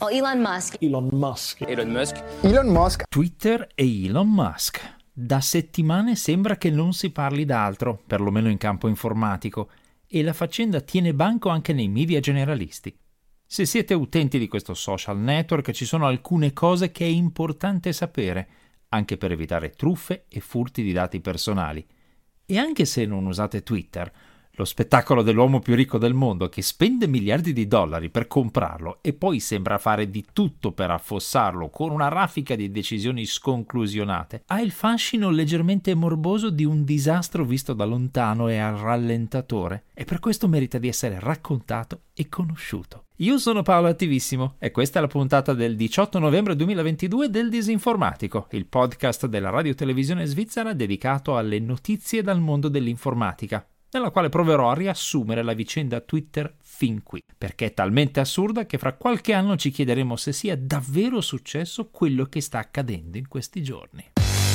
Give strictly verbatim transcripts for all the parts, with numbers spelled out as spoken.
Oh, Elon Musk. Elon Musk. Elon Musk. Elon Musk. Twitter e Elon Musk. Da settimane sembra che non si parli d'altro, perlomeno in campo informatico, e la faccenda tiene banco anche nei media generalisti. Se siete utenti di questo social network, ci sono alcune cose che è importante sapere, anche per evitare truffe e furti di dati personali. E anche se non usate Twitter, lo spettacolo dell'uomo più ricco del mondo che spende miliardi di dollari per comprarlo e poi sembra fare di tutto per affossarlo con una raffica di decisioni sconclusionate, ha il fascino leggermente morboso di un disastro visto da lontano e al rallentatore, e per questo merita di essere raccontato e conosciuto. Io sono Paolo Attivissimo e questa è la puntata del diciotto novembre duemilaventidue del Disinformatico, il podcast della radiotelevisione svizzera dedicato alle notizie dal mondo dell'informatica, nella quale proverò a riassumere la vicenda Twitter fin qui, perché è talmente assurda che fra qualche anno ci chiederemo se sia davvero successo quello che sta accadendo in questi giorni.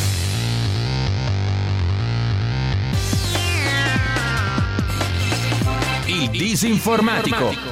Il Disinformatico.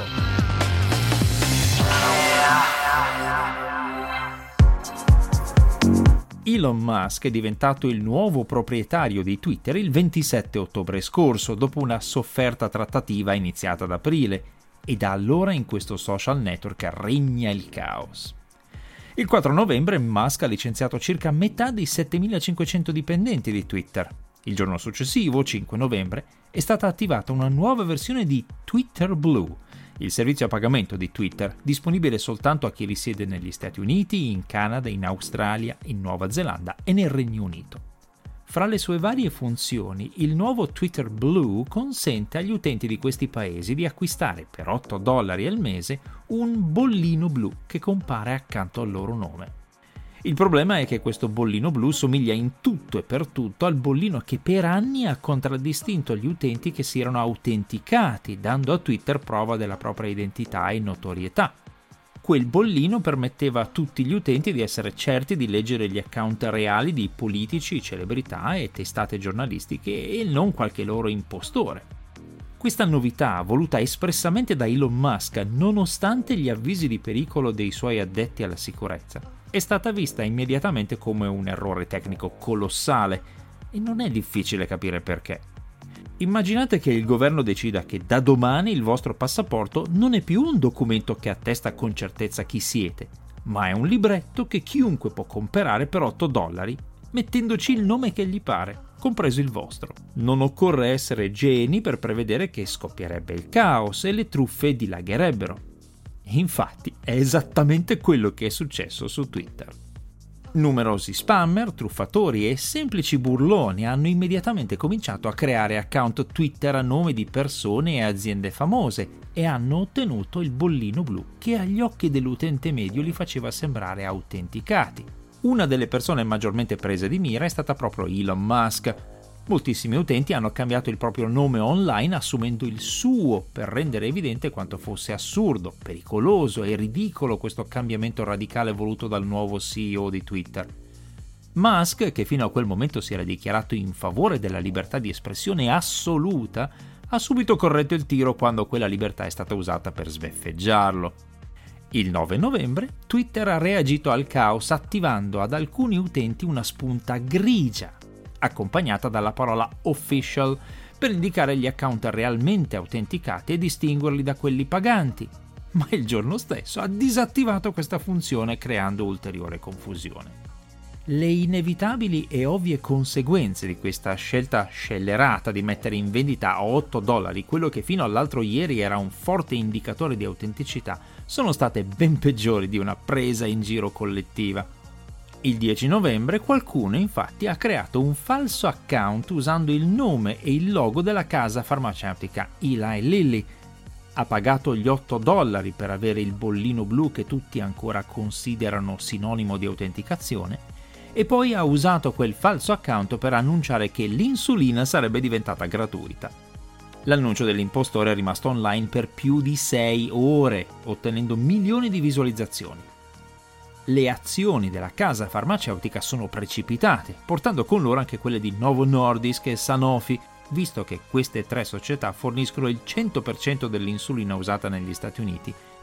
Elon Musk è diventato il nuovo proprietario di Twitter il ventisette ottobre scorso, dopo una sofferta trattativa iniziata ad aprile, e da allora in questo social network regna il caos. Il quattro novembre Musk ha licenziato circa metà dei settemilacinquecento dipendenti di Twitter. Il giorno successivo, cinque novembre, è stata attivata una nuova versione di Twitter Blue, il servizio a pagamento di Twitter, disponibile soltanto a chi risiede negli Stati Uniti, in Canada, in Australia, in Nuova Zelanda e nel Regno Unito. Fra le sue varie funzioni, il nuovo Twitter Blue consente agli utenti di questi paesi di acquistare per otto dollari al mese un bollino blu che compare accanto al loro nome. Il problema è che questo bollino blu somiglia in tutto e per tutto al bollino che per anni ha contraddistinto gli utenti che si erano autenticati, dando a Twitter prova della propria identità e notorietà. Quel bollino permetteva a tutti gli utenti di essere certi di leggere gli account reali di politici, celebrità e testate giornalistiche e non qualche loro impostore. Questa novità, voluta espressamente da Elon Musk, nonostante gli avvisi di pericolo dei suoi addetti alla sicurezza, è stata vista immediatamente come un errore tecnico colossale e non è difficile capire perché. Immaginate che il governo decida che da domani il vostro passaporto non è più un documento che attesta con certezza chi siete, ma è un libretto che chiunque può comprare per otto dollari mettendoci il nome che gli pare, compreso il vostro. Non occorre essere geni per prevedere che scoppierebbe il caos e le truffe dilagherebbero. Infatti è esattamente quello che è successo su Twitter. Numerosi spammer, truffatori e semplici burloni hanno immediatamente cominciato a creare account Twitter a nome di persone e aziende famose e hanno ottenuto il bollino blu che agli occhi dell'utente medio li faceva sembrare autenticati. Una delle persone maggiormente prese di mira è stata proprio Elon Musk. Moltissimi utenti hanno cambiato il proprio nome online assumendo il suo per rendere evidente quanto fosse assurdo, pericoloso e ridicolo questo cambiamento radicale voluto dal nuovo C E O di Twitter. Musk, che fino a quel momento si era dichiarato in favore della libertà di espressione assoluta, ha subito corretto il tiro quando quella libertà è stata usata per sbeffeggiarlo. Il nove novembre Twitter ha reagito al caos attivando ad alcuni utenti una spunta grigia accompagnata dalla parola official per indicare gli account realmente autenticati e distinguerli da quelli paganti, ma il giorno stesso ha disattivato questa funzione creando ulteriore confusione. Le inevitabili e ovvie conseguenze di questa scelta scellerata di mettere in vendita a otto dollari quello che fino all'altro ieri era un forte indicatore di autenticità sono state ben peggiori di una presa in giro collettiva. Il dieci novembre qualcuno infatti ha creato un falso account usando il nome e il logo della casa farmaceutica Eli Lilly. Ha pagato gli otto dollari per avere il bollino blu che tutti ancora considerano sinonimo di autenticazione e poi ha usato quel falso account per annunciare che l'insulina sarebbe diventata gratuita. L'annuncio dell'impostore è rimasto online per più di sei ore, ottenendo milioni di visualizzazioni. Le azioni della casa farmaceutica sono precipitate, portando con loro anche quelle di Novo Nordisk e Sanofi, visto che queste tre società forniscono il cento per cento dell'insulina usata negli Stati Uniti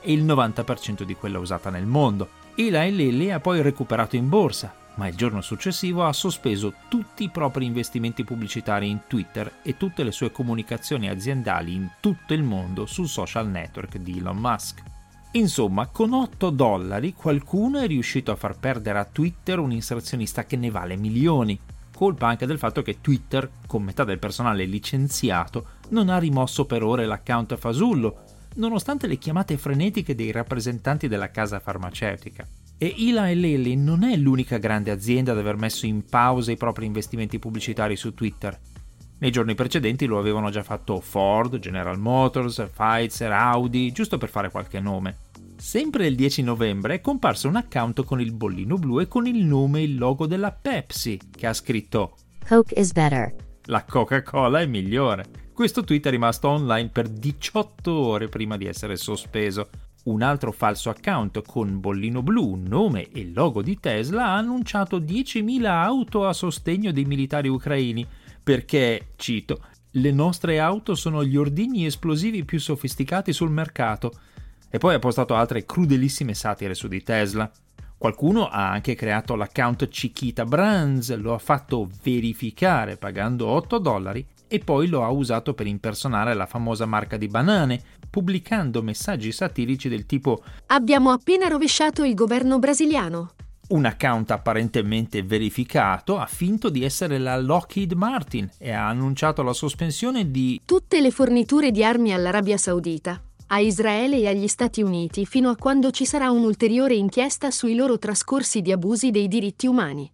e il novanta per cento di quella usata nel mondo. Eli Lilly ha poi recuperato in borsa, ma il giorno successivo ha sospeso tutti i propri investimenti pubblicitari in Twitter e tutte le sue comunicazioni aziendali in tutto il mondo sul social network di Elon Musk. Insomma, con otto dollari qualcuno è riuscito a far perdere a Twitter un inserzionista che ne vale milioni, colpa anche del fatto che Twitter, con metà del personale licenziato, non ha rimosso per ore l'account fasullo, nonostante le chiamate frenetiche dei rappresentanti della casa farmaceutica. E Eli Lilly non è l'unica grande azienda ad aver messo in pausa i propri investimenti pubblicitari su Twitter. Nei giorni precedenti lo avevano già fatto Ford, General Motors, Pfizer, Audi, giusto per fare qualche nome. Sempre il dieci novembre è comparso un account con il bollino blu e con il nome e il logo della Pepsi, che ha scritto Coke is better. La Coca-Cola è migliore. Questo tweet è rimasto online per diciotto ore prima di essere sospeso. Un altro falso account con bollino blu, nome e logo di Tesla ha annunciato diecimila auto a sostegno dei militari ucraini perché, cito, le nostre auto sono gli ordigni esplosivi più sofisticati sul mercato. E poi ha postato altre crudelissime satire su di Tesla. Qualcuno ha anche creato l'account Chiquita Brands, lo ha fatto verificare pagando otto dollari e poi lo ha usato per impersonare la famosa marca di banane, pubblicando messaggi satirici del tipo Abbiamo appena rovesciato il governo brasiliano. Un account apparentemente verificato ha finto di essere la Lockheed Martin e ha annunciato la sospensione di tutte le forniture di armi all'Arabia Saudita, a Israele e agli Stati Uniti fino a quando ci sarà un'ulteriore inchiesta sui loro trascorsi di abusi dei diritti umani.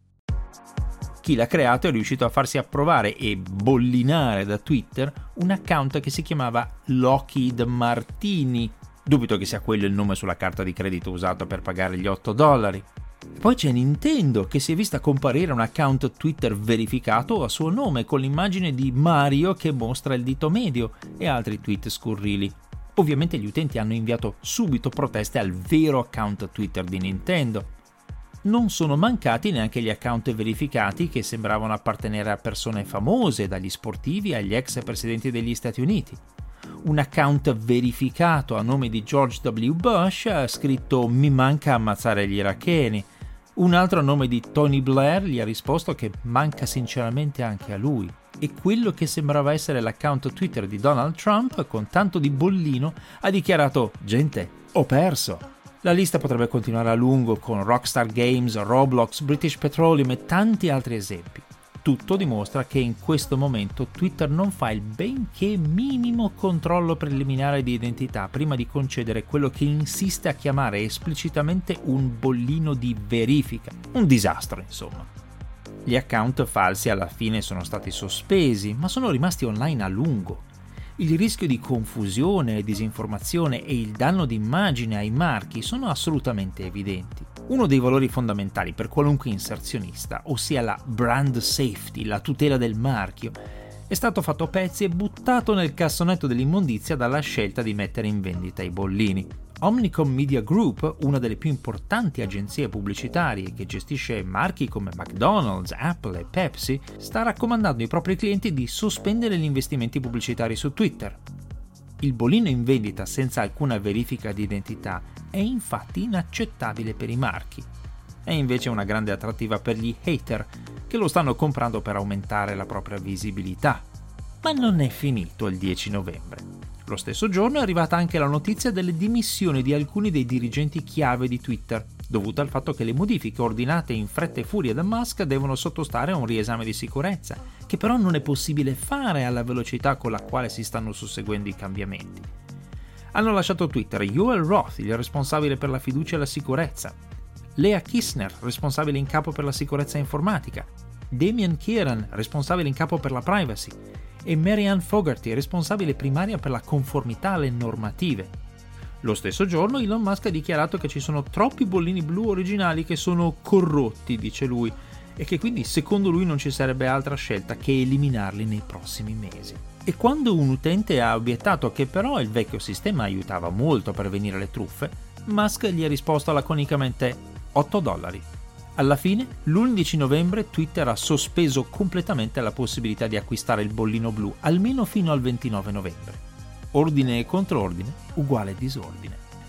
Chi l'ha creato è riuscito a farsi approvare e bollinare da Twitter un account che si chiamava Lockheed Martini. Dubito che sia quello il nome sulla carta di credito usato per pagare gli otto dollari. Poi c'è Nintendo, che si è vista comparire un account Twitter verificato a suo nome con l'immagine di Mario che mostra il dito medio e altri tweet scurrili. Ovviamente gli utenti hanno inviato subito proteste al vero account Twitter di Nintendo. Non sono mancati neanche gli account verificati che sembravano appartenere a persone famose, dagli sportivi agli ex presidenti degli Stati Uniti. Un account verificato a nome di George W. Bush ha scritto «Mi manca ammazzare gli iracheni». Un altro a nome di Tony Blair gli ha risposto che manca sinceramente anche a lui. E quello che sembrava essere l'account Twitter di Donald Trump, con tanto di bollino, ha dichiarato «Gente, ho perso». La lista potrebbe continuare a lungo con Rockstar Games, Roblox, British Petroleum e tanti altri esempi. Tutto dimostra che in questo momento Twitter non fa il benché minimo controllo preliminare di identità prima di concedere quello che insiste a chiamare esplicitamente un bollino di verifica. Un disastro, insomma. Gli account falsi alla fine sono stati sospesi, ma sono rimasti online a lungo. Il rischio di confusione e disinformazione e il danno d'immagine ai marchi sono assolutamente evidenti. Uno dei valori fondamentali per qualunque inserzionista, ossia la brand safety, la tutela del marchio, è stato fatto a pezzi e buttato nel cassonetto dell'immondizia dalla scelta di mettere in vendita i bollini. Omnicom Media Group, una delle più importanti agenzie pubblicitarie che gestisce marchi come McDonald's, Apple e Pepsi, sta raccomandando ai propri clienti di sospendere gli investimenti pubblicitari su Twitter. Il bollino in vendita senza alcuna verifica di identità è infatti inaccettabile per i marchi. È invece una grande attrattiva per gli hater, che lo stanno comprando per aumentare la propria visibilità. Ma non è finito il dieci novembre. Lo stesso giorno è arrivata anche la notizia delle dimissioni di alcuni dei dirigenti chiave di Twitter, dovuta al fatto che le modifiche ordinate in fretta e furia da Musk devono sottostare a un riesame di sicurezza, che però non è possibile fare alla velocità con la quale si stanno susseguendo i cambiamenti. Hanno lasciato Twitter Joel Roth, il responsabile per la fiducia e la sicurezza, Lea Kissner, responsabile in capo per la sicurezza informatica, Damian Kieran, responsabile in capo per la privacy, e Marianne Fogarty, responsabile primaria per la conformità alle normative. Lo stesso giorno Elon Musk ha dichiarato che ci sono troppi bollini blu originali che sono corrotti, dice lui, e che quindi secondo lui non ci sarebbe altra scelta che eliminarli nei prossimi mesi. E quando un utente ha obiettato che però il vecchio sistema aiutava molto a prevenire le truffe, Musk gli ha risposto laconicamente otto dollari. Alla fine, l'undici novembre, Twitter ha sospeso completamente la possibilità di acquistare il bollino blu, almeno fino al ventinove novembre. Ordine e controordine uguale disordine.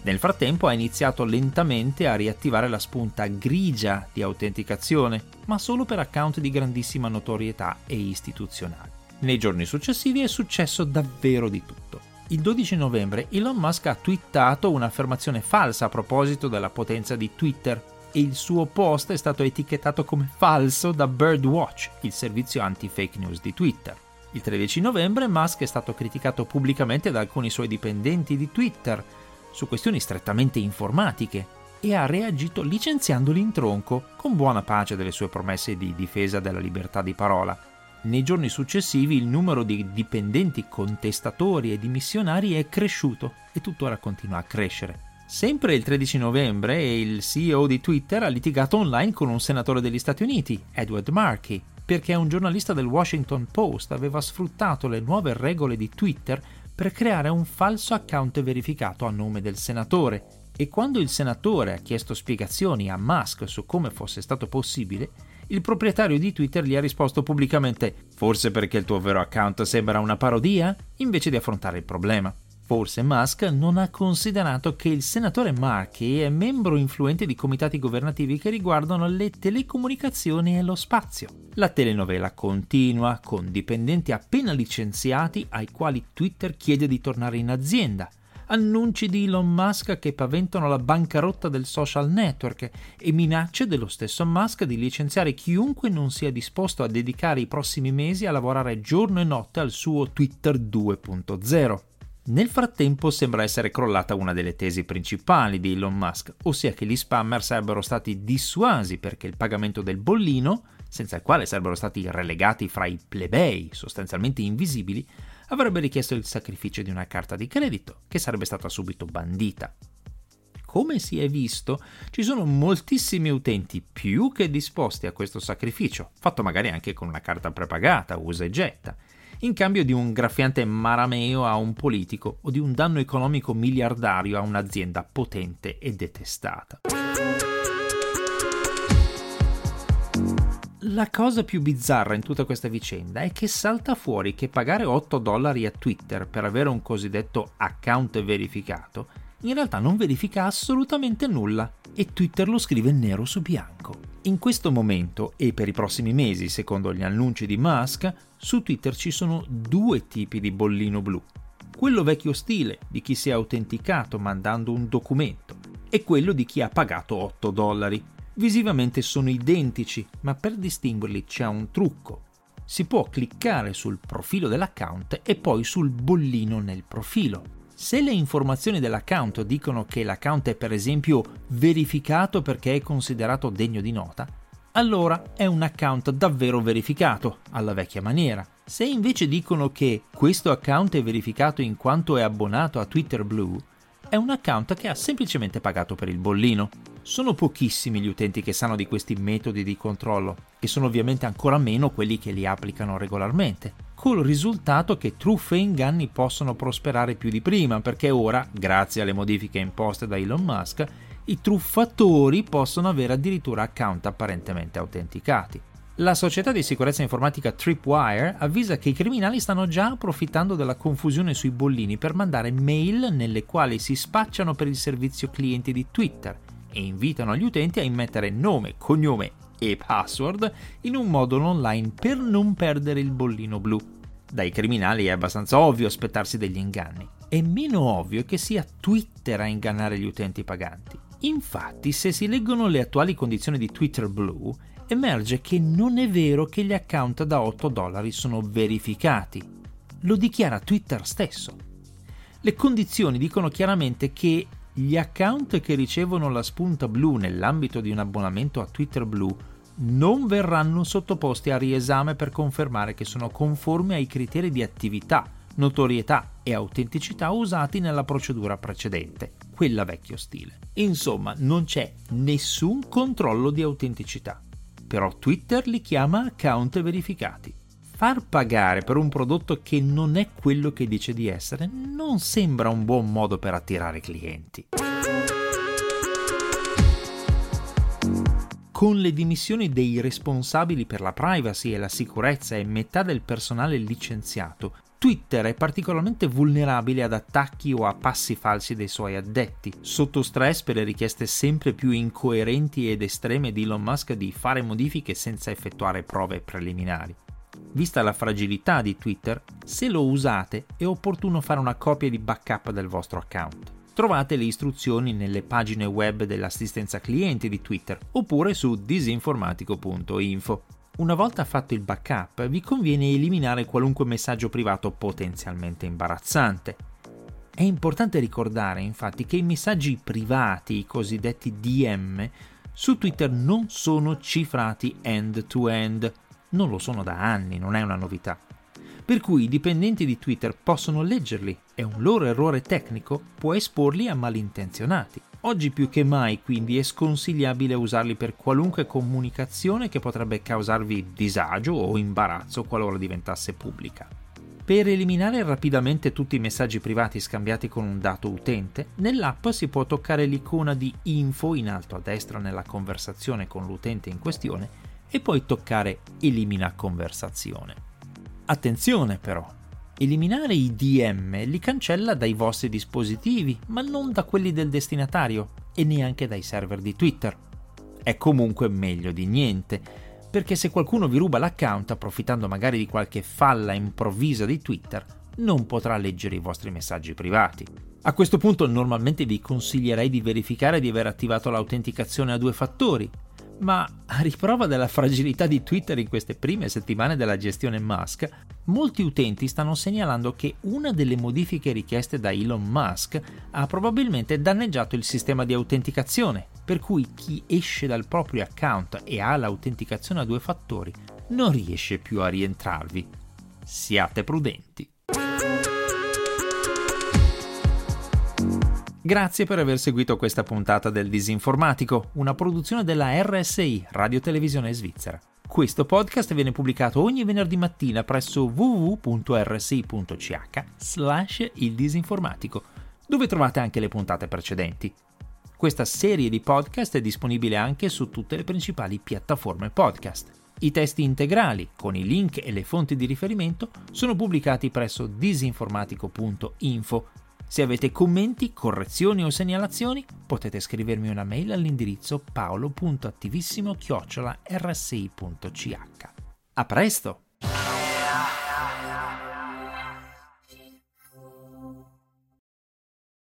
Nel frattempo ha iniziato lentamente a riattivare la spunta grigia di autenticazione, ma solo per account di grandissima notorietà e istituzionali. Nei giorni successivi è successo davvero di tutto. Il dodici novembre Elon Musk ha twittato un'affermazione falsa a proposito della potenza di Twitter e il suo post è stato etichettato come falso da Birdwatch, il servizio anti-fake news di Twitter. Il tredici novembre Musk è stato criticato pubblicamente da alcuni suoi dipendenti di Twitter su questioni strettamente informatiche e ha reagito licenziandoli in tronco, con buona pace delle sue promesse di difesa della libertà di parola. Nei giorni successivi il numero di dipendenti contestatori e dimissionari è cresciuto e tuttora continua a crescere. Sempre il tredici novembre il C E O di Twitter ha litigato online con un senatore degli Stati Uniti, Edward Markey, perché un giornalista del Washington Post aveva sfruttato le nuove regole di Twitter per creare un falso account verificato a nome del senatore, e quando il senatore ha chiesto spiegazioni a Musk su come fosse stato possibile, il proprietario di Twitter gli ha risposto pubblicamente: forse perché il tuo vero account sembra una parodia, invece di affrontare il problema. Forse Musk non ha considerato che il senatore Markey è membro influente di comitati governativi che riguardano le telecomunicazioni e lo spazio. La telenovela continua, con dipendenti appena licenziati ai quali Twitter chiede di tornare in azienda, annunci di Elon Musk che paventano la bancarotta del social network e minacce dello stesso Musk di licenziare chiunque non sia disposto a dedicare i prossimi mesi a lavorare giorno e notte al suo Twitter due punto zero. Nel frattempo sembra essere crollata una delle tesi principali di Elon Musk, ossia che gli spammer sarebbero stati dissuasi perché il pagamento del bollino, senza il quale sarebbero stati relegati fra i plebei sostanzialmente invisibili, avrebbe richiesto il sacrificio di una carta di credito, che sarebbe stata subito bandita. Come si è visto, ci sono moltissimi utenti più che disposti a questo sacrificio, fatto magari anche con una carta prepagata, usa e getta, in cambio di un graffiante marameo a un politico o di un danno economico miliardario a un'azienda potente e detestata. La cosa più bizzarra in tutta questa vicenda è che salta fuori che pagare otto dollari a Twitter per avere un cosiddetto account verificato in realtà non verifica assolutamente nulla e Twitter lo scrive nero su bianco. In questo momento e per i prossimi mesi, secondo gli annunci di Musk, su Twitter ci sono due tipi di bollino blu. Quello vecchio stile, di chi si è autenticato mandando un documento, e quello di chi ha pagato otto dollari. Visivamente sono identici, ma per distinguerli c'è un trucco. Si può cliccare sul profilo dell'account e poi sul bollino nel profilo. Se le informazioni dell'account dicono che l'account è per esempio verificato perché è considerato degno di nota, allora è un account davvero verificato, alla vecchia maniera. Se invece dicono che questo account è verificato in quanto è abbonato a Twitter Blue, è un account che ha semplicemente pagato per il bollino. Sono pochissimi gli utenti che sanno di questi metodi di controllo, e sono ovviamente ancora meno quelli che li applicano regolarmente, col risultato che truffe e inganni possono prosperare più di prima, perché ora, grazie alle modifiche imposte da Elon Musk, i truffatori possono avere addirittura account apparentemente autenticati. La società di sicurezza informatica Tripwire avvisa che i criminali stanno già approfittando della confusione sui bollini per mandare mail nelle quali si spacciano per il servizio clienti di Twitter e invitano gli utenti a immettere nome, cognome e password in un modulo online per non perdere il bollino blu. Dai criminali è abbastanza ovvio aspettarsi degli inganni. È meno ovvio che sia Twitter a ingannare gli utenti paganti. Infatti, se si leggono le attuali condizioni di Twitter Blue, emerge che non è vero che gli account da otto dollari sono verificati. Lo dichiara Twitter stesso. Le condizioni dicono chiaramente che gli account che ricevono la spunta blu nell'ambito di un abbonamento a Twitter Blue non verranno sottoposti a riesame per confermare che sono conformi ai criteri di attività, notorietà e autenticità usati nella procedura precedente, quella vecchio stile. Insomma, non c'è nessun controllo di autenticità. Però Twitter li chiama account verificati. Far pagare per un prodotto che non è quello che dice di essere non sembra un buon modo per attirare clienti. Con le dimissioni dei responsabili per la privacy e la sicurezza e metà del personale licenziato, Twitter è particolarmente vulnerabile ad attacchi o a passi falsi dei suoi addetti, sotto stress per le richieste sempre più incoerenti ed estreme di Elon Musk di fare modifiche senza effettuare prove preliminari. Vista la fragilità di Twitter, se lo usate è opportuno fare una copia di backup del vostro account. Trovate le istruzioni nelle pagine web dell'assistenza clienti di Twitter oppure su disinformatico punto info. Una volta fatto il backup, vi conviene eliminare qualunque messaggio privato potenzialmente imbarazzante. È importante ricordare, infatti, che i messaggi privati, i cosiddetti D M, su Twitter non sono cifrati end-to-end. Non lo sono da anni, non è una novità. Per cui i dipendenti di Twitter possono leggerli e un loro errore tecnico può esporli a malintenzionati. Oggi più che mai, quindi, è sconsigliabile usarli per qualunque comunicazione che potrebbe causarvi disagio o imbarazzo qualora diventasse pubblica. Per eliminare rapidamente tutti i messaggi privati scambiati con un dato utente, nell'app si può toccare l'icona di info in alto a destra nella conversazione con l'utente in questione e poi toccare Elimina conversazione. Attenzione però! Eliminare i D M li cancella dai vostri dispositivi, ma non da quelli del destinatario e neanche dai server di Twitter. È comunque meglio di niente, perché se qualcuno vi ruba l'account approfittando magari di qualche falla improvvisa di Twitter, non potrà leggere i vostri messaggi privati. A questo punto normalmente vi consiglierei di verificare di aver attivato l'autenticazione a due fattori, ma a riprova della fragilità di Twitter in queste prime settimane della gestione Musk, molti utenti stanno segnalando che una delle modifiche richieste da Elon Musk ha probabilmente danneggiato il sistema di autenticazione, per cui chi esce dal proprio account e ha l'autenticazione a due fattori non riesce più a rientrarvi. Siate prudenti. Grazie per aver seguito questa puntata del Disinformatico, una produzione della R S I, Radio Televisione Svizzera. Questo podcast viene pubblicato ogni venerdì mattina presso w w w punto r s i punto c h slash il disinformatico, dove trovate anche le puntate precedenti. Questa serie di podcast è disponibile anche su tutte le principali piattaforme podcast. I testi integrali, con i link e le fonti di riferimento, sono pubblicati presso disinformatico punto info. Se avete commenti, correzioni o segnalazioni, potete scrivermi una mail all'indirizzo paolo punto attivissimo chiocciola r s i punto c h. A presto!